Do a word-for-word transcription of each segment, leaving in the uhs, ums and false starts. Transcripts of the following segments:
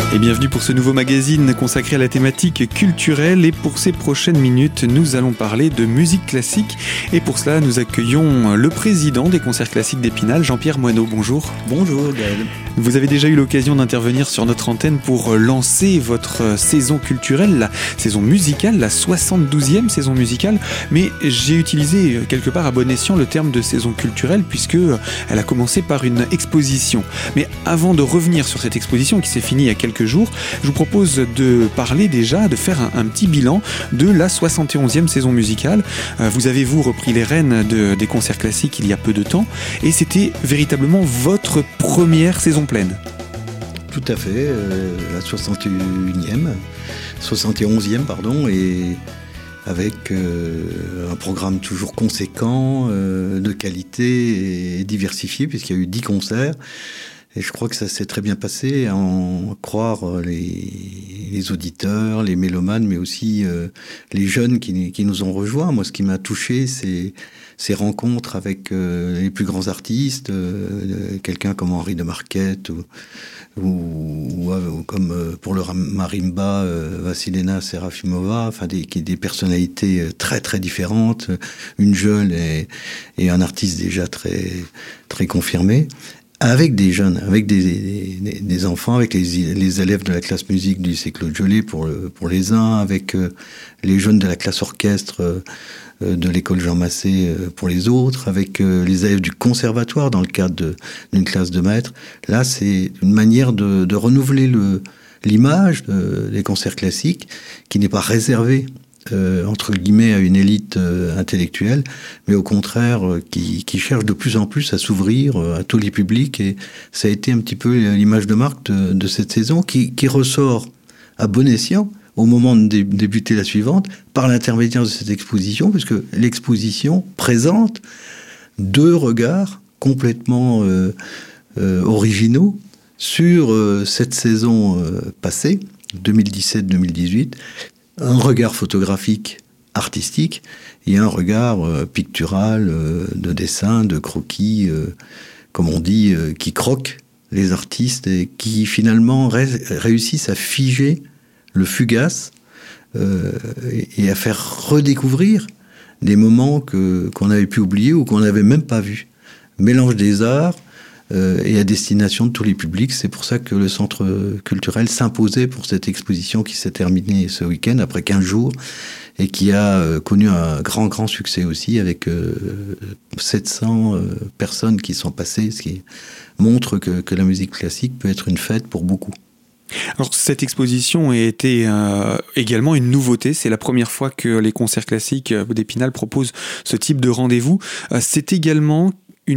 Et bienvenue pour ce nouveau magazine consacré à la thématique culturelle. Et pour ces prochaines minutes, nous allons parler de musique classique. Et pour cela, nous accueillons le président des concerts classiques d'Épinal, Jean-Pierre Moineau. Bonjour. Bonjour Gaël. Vous avez déjà eu l'occasion d'intervenir sur notre antenne pour lancer votre saison culturelle, la saison musicale, la soixante-douzième saison musicale. Mais j'ai utilisé quelque part à bon escient le terme de saison culturelle puisque elle a commencé par une exposition. Mais avant de revenir sur cette exposition qui s'est finie il y a quelques jours, je vous propose de parler déjà, de faire un, un petit bilan de la soixante et onzième saison musicale. Euh, vous avez, vous, repris les rênes de, des concerts classiques il y a peu de temps, et c'était véritablement votre première saison pleine. Tout à fait, euh, la soixante et unième, soixante et onzième, pardon, et avec euh, un programme toujours conséquent, euh, de qualité et diversifié, puisqu'il y a eu dix concerts. Et je crois que ça s'est très bien passé, à en croire les, les auditeurs, les mélomanes, mais aussi euh, les jeunes qui, qui nous ont rejoints. Moi, ce qui m'a touché, c'est ces rencontres avec euh, les plus grands artistes, euh, quelqu'un comme Henri de Marquette, ou, ou, ou comme euh, pour le marimba, euh, Vassilena Serafimova, enfin des, des personnalités très très différentes, une jeune et, et un artiste déjà très, très confirmé. Avec des jeunes, avec des, des, des enfants, avec les, les élèves de la classe musique du lycée Claude Jolet pour, le, pour les uns, avec euh, les jeunes de la classe orchestre euh, de l'école Jean Massé euh, pour les autres, avec euh, les élèves du conservatoire dans le cadre de, d'une classe de maître. Là, c'est une manière de, de renouveler le, l'image de, des concerts classiques qui n'est pas réservée Euh, entre guillemets à une élite euh, intellectuelle, mais au contraire euh, qui, qui cherche de plus en plus à s'ouvrir euh, à tous les publics, et ça a été un petit peu l'image de marque de, de cette saison qui, qui ressort à bon escient au moment de dé- débuter la suivante par l'intermédiaire de cette exposition, puisque l'exposition présente deux regards complètement euh, euh, originaux sur euh, cette saison euh, passée, deux mille dix-sept deux mille dix-huit, un regard photographique, artistique, et un regard euh, pictural, euh, de dessin, de croquis, euh, comme on dit, euh, qui croquent les artistes et qui finalement ré- réussissent à figer le fugace euh, et, et à faire redécouvrir des moments que, qu'on avait pu oublier ou qu'on n'avait même pas vus. Mélange des arts Euh, et à destination de tous les publics. C'est pour ça que le centre culturel s'imposait pour cette exposition qui s'est terminée ce week-end après quinze jours et qui a euh, connu un grand grand succès aussi avec euh, sept cents euh, personnes qui sont passées, ce qui montre que, que la musique classique peut être une fête pour beaucoup. Alors cette exposition a été euh, également une nouveauté. C'est la première fois que les concerts classiques d'Épinal proposent ce type de rendez-vous. Euh, c'est également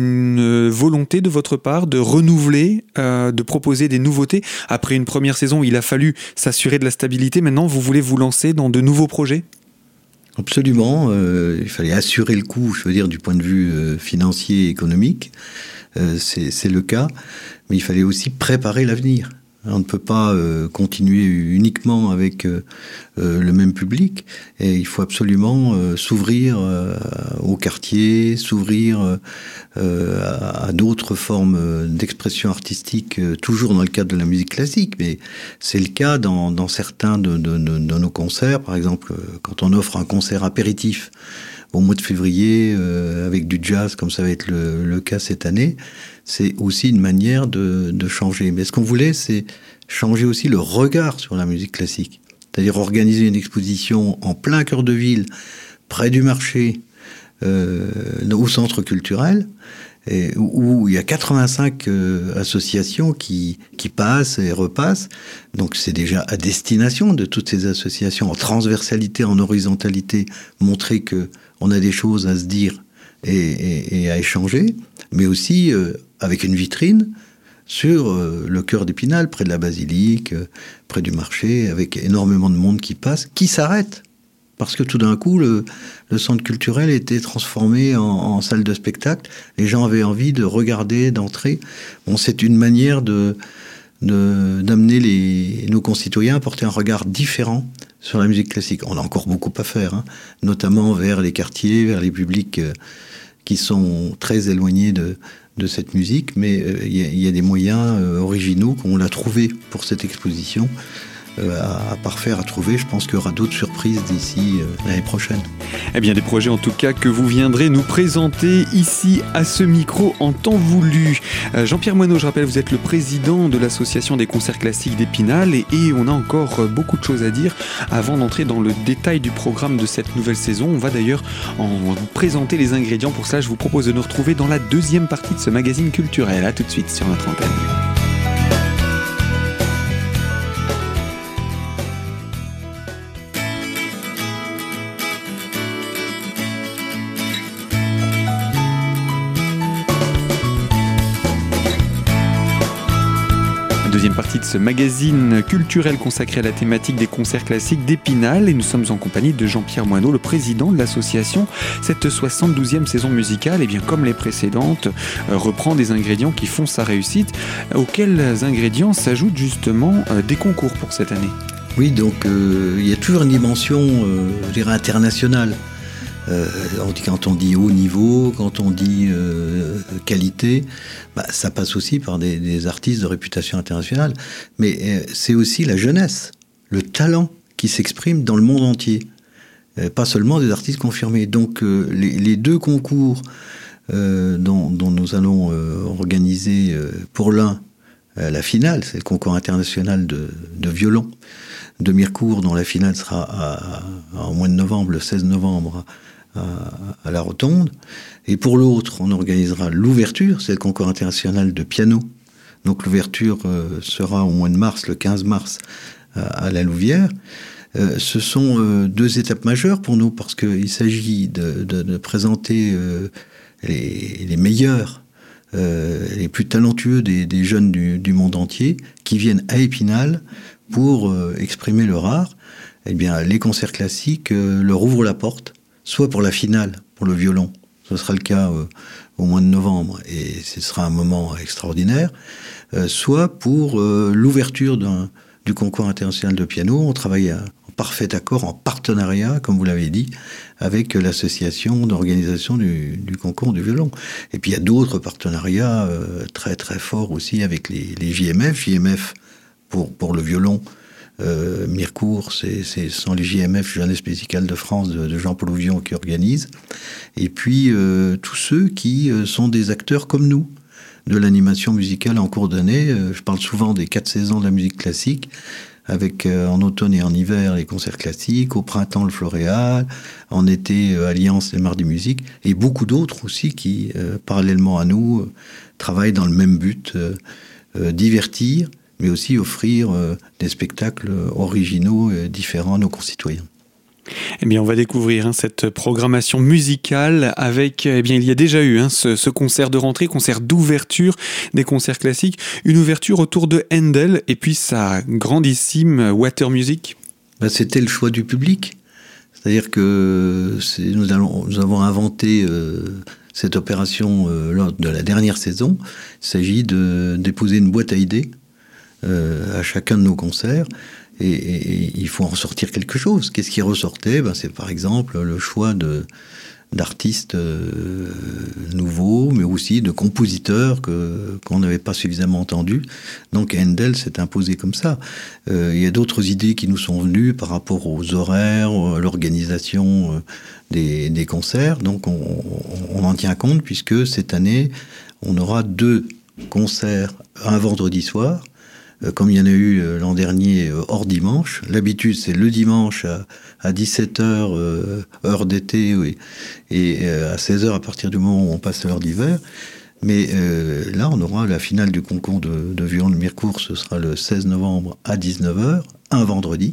une volonté de votre part de renouveler, euh, de proposer des nouveautés. Après une première saison, il a fallu s'assurer de la stabilité. Maintenant, vous voulez vous lancer dans de nouveaux projets ? Absolument. Euh, il fallait assurer le coup, je veux dire, du point de vue euh, financier et économique. Euh, c'est, c'est le cas. Mais il fallait aussi préparer l'avenir. On ne peut pas euh, continuer uniquement avec euh, euh, le même public, et il faut absolument euh, s'ouvrir euh, au quartier, s'ouvrir euh, à, à d'autres formes d'expression artistique, euh, toujours dans le cadre de la musique classique, mais c'est le cas dans, dans certains de, de, de, de nos concerts. Par exemple, quand on offre un concert apéritif au mois de février euh, avec du jazz, comme ça va être le, le cas cette année, c'est aussi une manière de, de changer. Mais ce qu'on voulait, c'est changer aussi le regard sur la musique classique. C'est-à-dire organiser une exposition en plein cœur de ville, près du marché, euh, au centre culturel, et où, où il y a quatre-vingt-cinq euh, associations qui, qui passent et repassent. Donc c'est déjà à destination de toutes ces associations, en transversalité, en horizontalité, montrer que on a des choses à se dire et, et, et à échanger, mais aussi euh, avec une vitrine sur euh, le cœur d'Épinal, près de la basilique, euh, près du marché, avec énormément de monde qui passe, qui s'arrête. Parce que tout d'un coup, le, le centre culturel était transformé en, en salle de spectacle. Les gens avaient envie de regarder, d'entrer. Bon, c'est une manière de, de, d'amener les, nos concitoyens à porter un regard différent sur la musique classique. On a encore beaucoup à faire, hein, notamment vers les quartiers, vers les publics euh, qui sont très éloignés de, de cette musique, mais il euh, y, y a des moyens euh, originaux qu'on a trouvés pour cette exposition. Euh, à, à parfaire, à trouver. Je pense qu'il y aura d'autres surprises d'ici euh, l'année prochaine. Eh bien, des projets en tout cas que vous viendrez nous présenter ici à ce micro en temps voulu. Euh, Jean-Pierre Moineau, je rappelle, vous êtes le président de l'association des concerts classiques d'Épinal et, et on a encore beaucoup de choses à dire avant d'entrer dans le détail du programme de cette nouvelle saison. On va d'ailleurs en vous présenter les ingrédients. Pour cela, je vous propose de nous retrouver dans la deuxième partie de ce magazine culturel. À tout de suite sur notre antenne. Deuxième partie de ce magazine culturel consacré à la thématique des concerts classiques d'Épinal et nous sommes en compagnie de Jean-Pierre Moineau, le président de l'association. Cette soixante-douzième saison musicale, et bien comme les précédentes, euh, reprend des ingrédients qui font sa réussite. Auxquels ingrédients s'ajoutent justement euh, des concours pour cette année? Oui, donc euh, il y a toujours une dimension, euh, je dirais, internationale. Euh, quand on dit haut niveau, quand on dit euh, qualité, bah, ça passe aussi par des, des artistes de réputation internationale. Mais euh, c'est aussi la jeunesse, le talent qui s'exprime dans le monde entier. Euh, pas seulement des artistes confirmés. Donc euh, les, les deux concours euh, dont, dont nous allons euh, organiser euh, pour l'un, euh, la finale, c'est le concours international de, de violon de Mirecourt, dont la finale sera à, à, au mois de novembre, le seize novembre, à, à la Rotonde. Et pour l'autre, on organisera l'ouverture, c'est le concours international de piano. Donc l'ouverture euh, sera au mois de mars, le quinze mars, à, à la Louvière. Euh, ce sont euh, deux étapes majeures pour nous, parce qu'il s'agit de, de, de présenter euh, les, les meilleurs, euh, les plus talentueux des, des jeunes du, du monde entier, qui viennent à Épinal pour euh, exprimer leur art. Eh bien, les concerts classiques euh, leur ouvrent la porte, soit pour la finale, pour le violon, ce sera le cas euh, au mois de novembre, et ce sera un moment extraordinaire, euh, soit pour euh, l'ouverture d'un, du concours international de piano. On travaille en parfait accord, en partenariat, comme vous l'avez dit, avec l'association d'organisation du, du concours du violon. Et puis il y a d'autres partenariats euh, très très forts aussi avec les, les J M F. J M F pour, pour le violon, Euh, Mirecourt, c'est, c'est, ce sont les J M F, Jeunesse Musicale de France, de, de Jean-Paul Ouvion qui organise. Et puis, euh, tous ceux qui euh, sont des acteurs comme nous, de l'animation musicale en cours d'année. Euh, je parle souvent des quatre saisons de la musique classique, avec euh, en automne et en hiver les concerts classiques, au printemps le Floréal, en été euh, Alliance et Mardi Musique, et beaucoup d'autres aussi qui, euh, parallèlement à nous, euh, travaillent dans le même but, euh, euh, divertir, mais aussi offrir euh, des spectacles originaux et différents à nos concitoyens. Eh bien, on va découvrir hein, cette programmation musicale avec, eh bien, il y a déjà eu hein, ce, ce concert de rentrée, concert d'ouverture des concerts classiques, une ouverture autour de Handel et puis sa grandissime Water Music. Ben, c'était le choix du public. C'est-à-dire que c'est, nous, allons, nous avons inventé euh, cette opération euh, lors de la dernière saison. Il s'agit de déposer une boîte à idées Euh, à chacun de nos concerts, et, et, et il faut en sortir quelque chose. Qu'est-ce qui ressortait? Ben, c'est par exemple le choix de, d'artistes euh, nouveaux, mais aussi de compositeurs que, qu'on n'avait pas suffisamment entendus. Donc Handel s'est imposé comme ça. Euh, il y a d'autres idées qui nous sont venues par rapport aux horaires, à l'organisation euh, des, des concerts. Donc on, on en tient compte, puisque cette année, on aura deux concerts, un vendredi soir, comme il y en a eu l'an dernier hors dimanche. L'habitude, c'est le dimanche à, à dix-sept heures, euh, heure d'été, oui, et à seize heures à partir du moment où on passe l'heure d'hiver. Mais euh, là, on aura la finale du concours de, de violon de Mirecourt, ce sera le seize novembre à dix-neuf heures, un vendredi.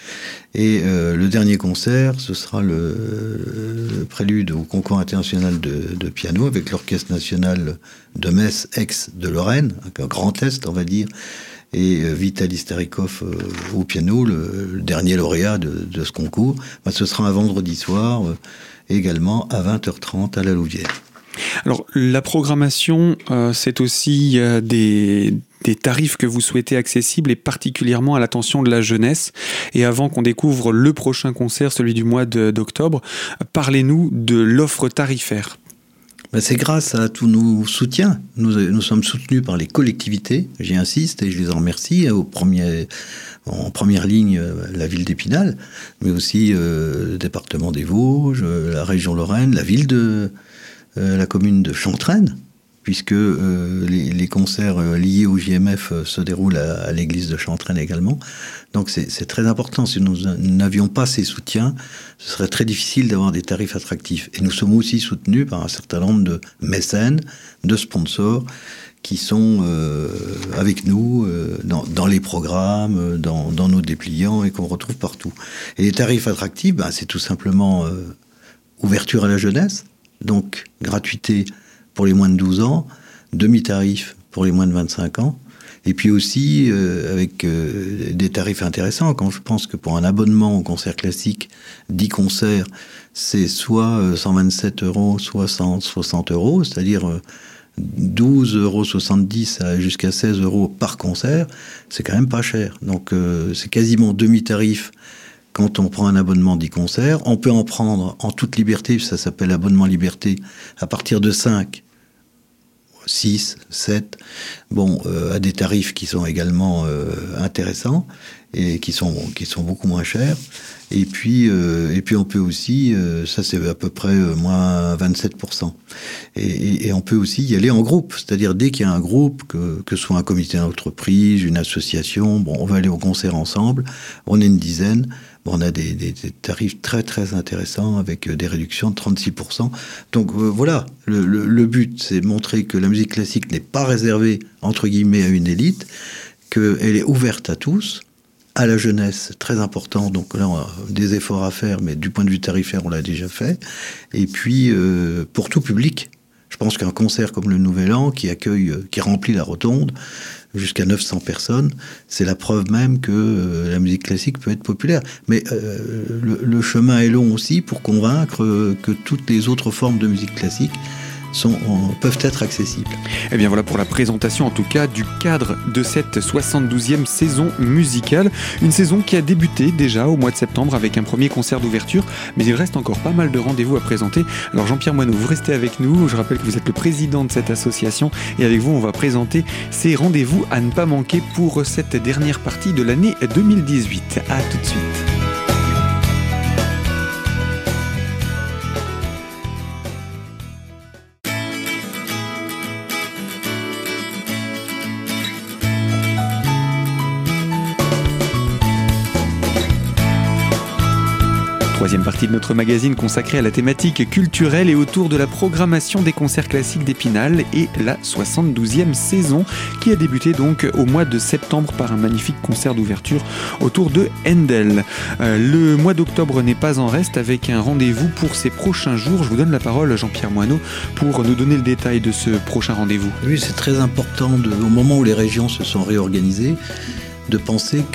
Et euh, le dernier concert, ce sera le, le prélude au concours international de, de piano avec l'Orchestre national de Metz, ex de Lorraine, un grand est, on va dire, et Vitaly Starikov euh, au piano, le, le dernier lauréat de, de ce concours. Ben, ce sera un vendredi soir, euh, également à vingt heures trente à la Louvière. Alors, la programmation, euh, c'est aussi euh, des, des tarifs que vous souhaitez accessibles et particulièrement à l'attention de la jeunesse. Et avant qu'on découvre le prochain concert, celui du mois de, d'octobre, parlez-nous de l'offre tarifaire. Ben c'est grâce à tous nos soutiens. Nous, nous sommes soutenus par les collectivités, j'y insiste et je les en remercie. Au premier, en première ligne, la ville d'Épinal, mais aussi euh, le département des Vosges, la région Lorraine, la ville de euh, la commune de Chantraine, puisque euh, les, les concerts liés au J M F se déroulent à, à l'église de Chantraine également. Donc c'est, c'est très important. Si nous n'avions pas ces soutiens, ce serait très difficile d'avoir des tarifs attractifs. Et nous sommes aussi soutenus par un certain nombre de mécènes, de sponsors, qui sont euh, avec nous euh, dans, dans les programmes, dans, dans nos dépliants et qu'on retrouve partout. Et les tarifs attractifs, ben, c'est tout simplement euh, ouverture à la jeunesse, donc gratuité pour les moins de douze ans, demi-tarif pour les moins de vingt-cinq ans, et puis aussi euh, avec euh, des tarifs intéressants. Quand je pense que pour un abonnement au concert classique, dix concerts, c'est soit euh, cent vingt-sept euros, soit cent soixante euros, c'est-à-dire euh, douze euros soixante-dix jusqu'à seize euros par concert, c'est quand même pas cher. Donc euh, c'est quasiment demi-tarif quand on prend un abonnement dix concerts. On peut en prendre en toute liberté, ça s'appelle abonnement liberté, à partir de cinq, six, sept, bon, euh, à des tarifs qui sont également euh, intéressants et qui sont, qui sont beaucoup moins chers. Et puis, euh, et puis on peut aussi, euh, ça c'est à peu près euh, moins vingt-sept pour cent. Et, et, et on peut aussi y aller en groupe, c'est-à-dire dès qu'il y a un groupe, que, que ce soit un comité d'entreprise, une association, bon, on va aller au concert ensemble, on est une dizaine, bon, on a des, des, des tarifs très très intéressants avec des réductions de trente-six pour cent. Donc euh, voilà, le, le, le but c'est de montrer que la musique classique n'est pas réservée entre guillemets à une élite, qu'elle est ouverte à tous, à la jeunesse, très important. Donc là, on a des efforts à faire, mais du point de vue tarifaire, on l'a déjà fait. Et puis, euh, pour tout public, je pense qu'un concert comme le Nouvel An, qui accueille, qui remplit la rotonde, jusqu'à neuf cents personnes, c'est la preuve même que euh, la musique classique peut être populaire. Mais euh, le, le chemin est long aussi pour convaincre euh, que toutes les autres formes de musique classique Sont, peuvent être accessibles. Et bien voilà pour la présentation en tout cas du cadre de cette soixante-douzième saison musicale. Une saison qui a débuté déjà au mois de septembre avec un premier concert d'ouverture, mais il reste encore pas mal de rendez-vous à présenter. Alors Jean-Pierre Moineau, vous restez avec nous. Je rappelle que vous êtes le président de cette association et avec vous on va présenter ces rendez-vous à ne pas manquer pour cette dernière partie de l'année deux mille dix-huit. À tout de suite. Troisième partie de notre magazine consacrée à la thématique culturelle et autour de la programmation des concerts classiques d'Épinal et la soixante-douzième saison qui a débuté donc au mois de septembre par un magnifique concert d'ouverture autour de Handel. Euh, le mois d'octobre n'est pas en reste avec un rendez-vous pour ces prochains jours. Je vous donne la parole, Jean-Pierre Moineau, pour nous donner le détail de ce prochain rendez-vous. Oui, c'est très important, de, au moment où les régions se sont réorganisées, de penser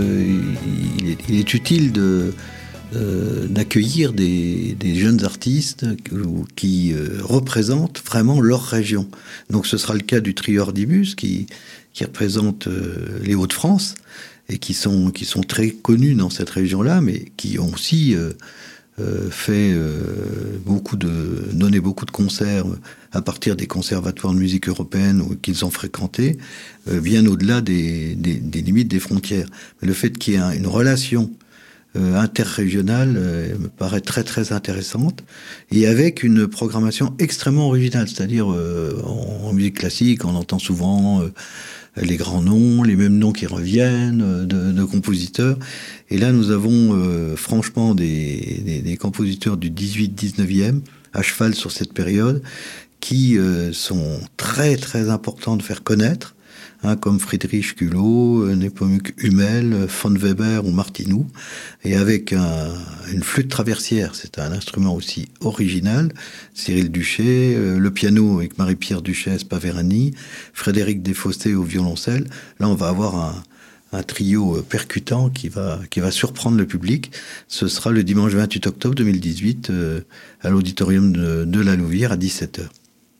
qu'il est, il est utile de Euh, d'accueillir des, des jeunes artistes qui euh, représentent vraiment leur région. Donc ce sera le cas du trio Ordibus qui, qui représente euh, les Hauts-de-France et qui sont, qui sont très connus dans cette région-là, mais qui ont aussi euh, euh, fait euh, beaucoup de, donné beaucoup de concerts à partir des conservatoires de musique européenne qu'ils ont fréquentés, euh, bien au-delà des, des, des limites des frontières. Mais le fait qu'il y ait une relation Euh, interrégionale euh, me paraît très très intéressante et avec une programmation extrêmement originale, c'est-à-dire euh, en, en musique classique on entend souvent euh, les grands noms, les mêmes noms qui reviennent euh, de, de compositeurs, et là nous avons euh, franchement des, des, des compositeurs du dix-huit dix-neuvième à cheval sur cette période qui euh, sont très très importants de faire connaître, hein, comme Friedrich Külow, Nepomuk Hummel, von Weber ou Martinou, et avec un, une flûte traversière, c'est un instrument aussi original, Cyril Duché, euh, le piano avec Marie-Pierre Duchesne-Paverani, Frédéric Desfossés au violoncelle. Là, on va avoir un, un trio percutant qui va, qui va surprendre le public. Ce sera le dimanche vingt-huit octobre deux mille dix-huit euh, à l'auditorium de, de la Louvière à dix-sept heures.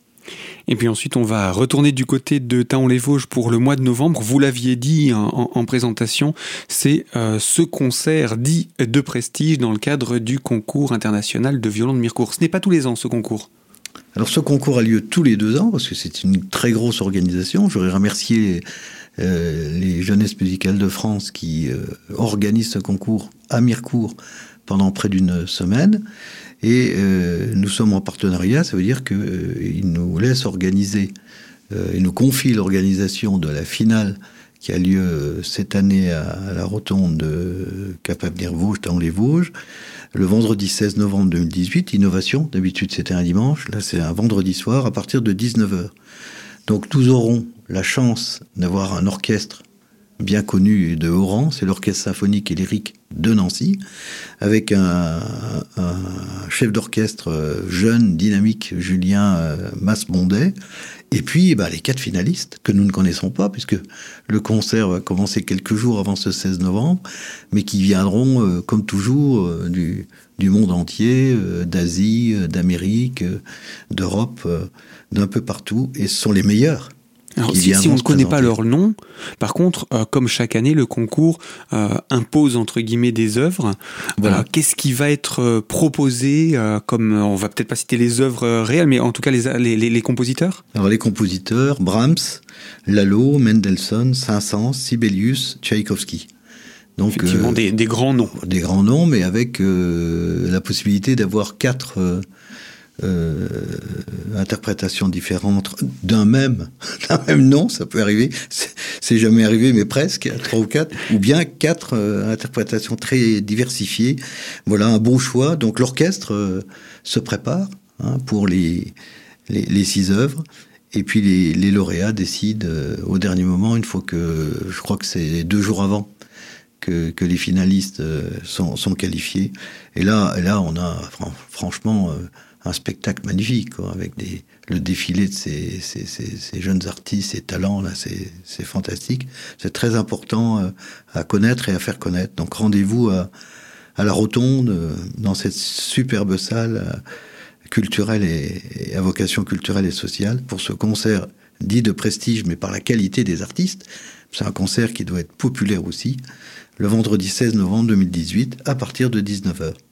Et puis ensuite, on va retourner du côté de Thaon-les-Vosges pour le mois de novembre. Vous l'aviez dit en, en, en présentation, c'est euh, ce concert dit de prestige dans le cadre du concours international de violon de Mirecourt. Ce n'est pas tous les ans, ce concours. Alors ce concours a lieu tous les deux ans, parce que c'est une très grosse organisation. Je voudrais remercier euh, les Jeunesses musicales de France qui euh, organisent ce concours à Mirecourt pendant près d'une semaine. Et euh, nous sommes en partenariat, ça veut dire qu'ils euh, nous laissent organiser, euh, ils nous confient l'organisation de la finale qui a lieu cette année à, à la rotonde de Cap-Avenir-Vosges, dans les Vosges, le vendredi seize novembre deux mille dix-huit, Innovation, d'habitude c'était un dimanche, là c'est un vendredi soir à partir de dix-neuf heures. Donc nous aurons la chance d'avoir un orchestre bien connu de haut rang, c'est l'Orchestre Symphonique et Lyrique de Nancy, avec un, un chef d'orchestre jeune, dynamique, Julien Masmondet, et puis bah, les quatre finalistes que nous ne connaissons pas, puisque le concert va commencer quelques jours avant ce seize novembre, mais qui viendront, euh, comme toujours, euh, du, du monde entier, euh, d'Asie, euh, d'Amérique, euh, d'Europe, euh, d'un peu partout, et ce sont les meilleurs. Alors, si, si on ne connaît pas leur nom, par contre, euh, comme chaque année, le concours euh, impose entre guillemets des œuvres. Voilà. Euh, qu'est-ce qui va être euh, proposé euh, comme on va peut-être pas citer les œuvres euh, réelles, mais en tout cas les, les, les, les compositeurs. Alors les compositeurs, Brahms, Lalo, Mendelssohn, Saint-Saëns, Sibelius, Tchaïkovski. Donc effectivement euh, des, des grands noms. Des grands noms, mais avec euh, la possibilité d'avoir quatre. Euh, Euh, interprétations différentes d'un même, d'un même nom, ça peut arriver, c'est, c'est jamais arrivé, mais presque, trois ou quatre, ou bien quatre euh, interprétations très diversifiées. Voilà un bon choix. Donc l'orchestre euh, se prépare hein, pour les, les, les six œuvres, et puis les, les lauréats décident euh, au dernier moment, une fois que, je crois que c'est deux jours avant, que, que les finalistes euh, sont, sont qualifiés. Et là, là on a fran- franchement... Euh, un spectacle magnifique, quoi, avec des, le défilé de ces, ces, ces, ces jeunes artistes, ces talents, là, c'est, c'est fantastique. C'est très important euh, à connaître et à faire connaître. Donc rendez-vous à, à la Rotonde, euh, dans cette superbe salle euh, culturelle et, et à vocation culturelle et sociale, pour ce concert dit de prestige, mais par la qualité des artistes. C'est un concert qui doit être populaire aussi, le vendredi seize novembre deux mille dix-huit, à partir de dix-neuf heures.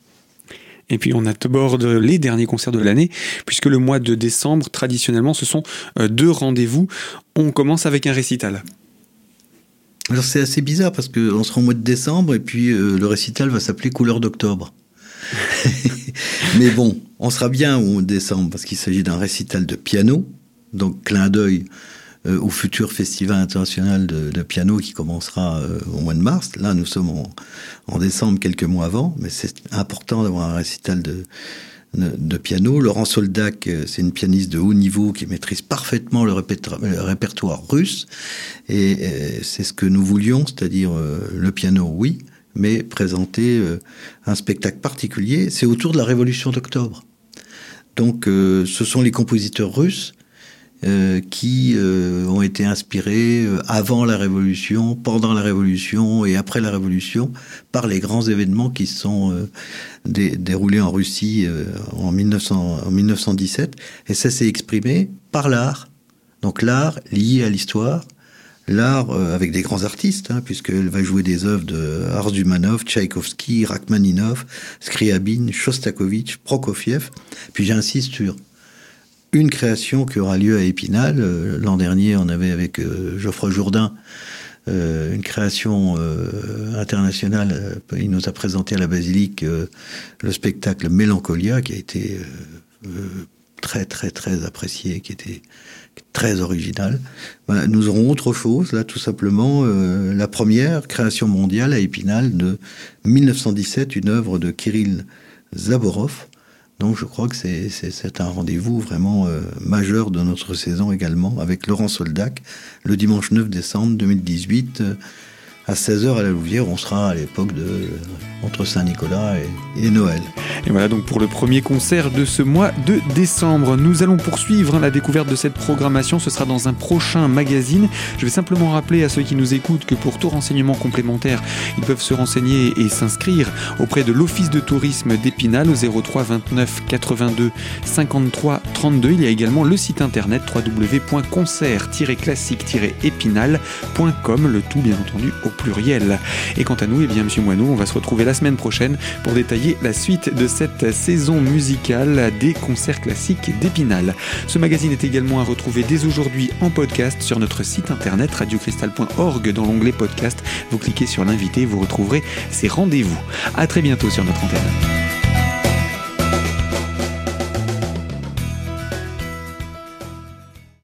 Et puis on aborde les derniers concerts de l'année, puisque le mois de décembre, traditionnellement, ce sont deux rendez-vous. On commence avec un récital. Alors c'est assez bizarre, parce qu'on sera au mois de décembre, et puis euh, le récital va s'appeler Couleurs d'octobre. Mais bon, on sera bien au mois de décembre, parce qu'il s'agit d'un récital de piano, donc clin d'œil euh, au futur festival international de, de piano qui commencera euh, au mois de mars. Là, nous sommes en, en décembre, quelques mois avant, mais c'est important d'avoir un récital de, de, de piano. Laurent Soldac, c'est une pianiste de haut niveau qui maîtrise parfaitement le, répéto- le répertoire russe, et euh, c'est ce que nous voulions, c'est-à-dire euh, le piano, oui, mais présenter euh, un spectacle particulier. C'est autour de la Révolution d'octobre. Donc, euh, ce sont les compositeurs russes Euh, qui euh, ont été inspirés euh, avant la Révolution, pendant la Révolution et après la Révolution par les grands événements qui se sont euh, dé- déroulés en Russie euh, en, mille neuf cents, en mille neuf cent dix-sept. Et ça s'est exprimé par l'art. Donc l'art lié à l'histoire, l'art euh, avec des grands artistes, hein, puisqu'elle va jouer des œuvres de Arzumanov, Tchaïkovski, Rachmaninov, Scriabine, Shostakovich, Prokofiev. Puis j'insiste sur une création qui aura lieu à Épinal. Euh, l'an dernier, on avait avec euh, Geoffroy Jourdain euh, une création euh, internationale. Euh, il nous a présenté à la Basilique euh, le spectacle Mélancolia, qui a été euh, euh, très très très apprécié, qui était très original. Voilà, nous aurons autre chose, là, tout simplement, euh, la première création mondiale à Épinal de mille neuf cent dix-sept, une œuvre de Kirill Zaborov. Donc je crois que c'est, c'est, c'est un rendez-vous vraiment euh, majeur de notre saison également, avec Laurent Soldac, le dimanche neuf décembre deux mille dix-huit, euh, à seize heures à la Louvière. On sera à l'époque de euh, entre Saint-Nicolas et, et Noël. Et voilà donc pour le premier concert de ce mois de décembre. Nous allons poursuivre hein, la découverte de cette programmation. Ce sera dans un prochain magazine. Je vais simplement rappeler à ceux qui nous écoutent que pour tout renseignement complémentaire, ils peuvent se renseigner et s'inscrire auprès de l'Office de tourisme d'Épinal au zéro trois vingt-neuf quatre-vingt-deux cinquante-trois trente-deux. Il y a également le site internet w w w point concert tiret classique tiret épinal point com, le tout bien entendu au pluriel. Et quant à nous, eh bien, Monsieur Moineau, on va se retrouver la semaine prochaine pour détailler la suite de cette saison musicale des concerts classiques d'Épinal. Ce magazine est également à retrouver dès aujourd'hui en podcast sur notre site internet radio cristal point org. Dans l'onglet podcast, vous cliquez sur l'invité, vous retrouverez ces rendez-vous. À très bientôt sur notre antenne.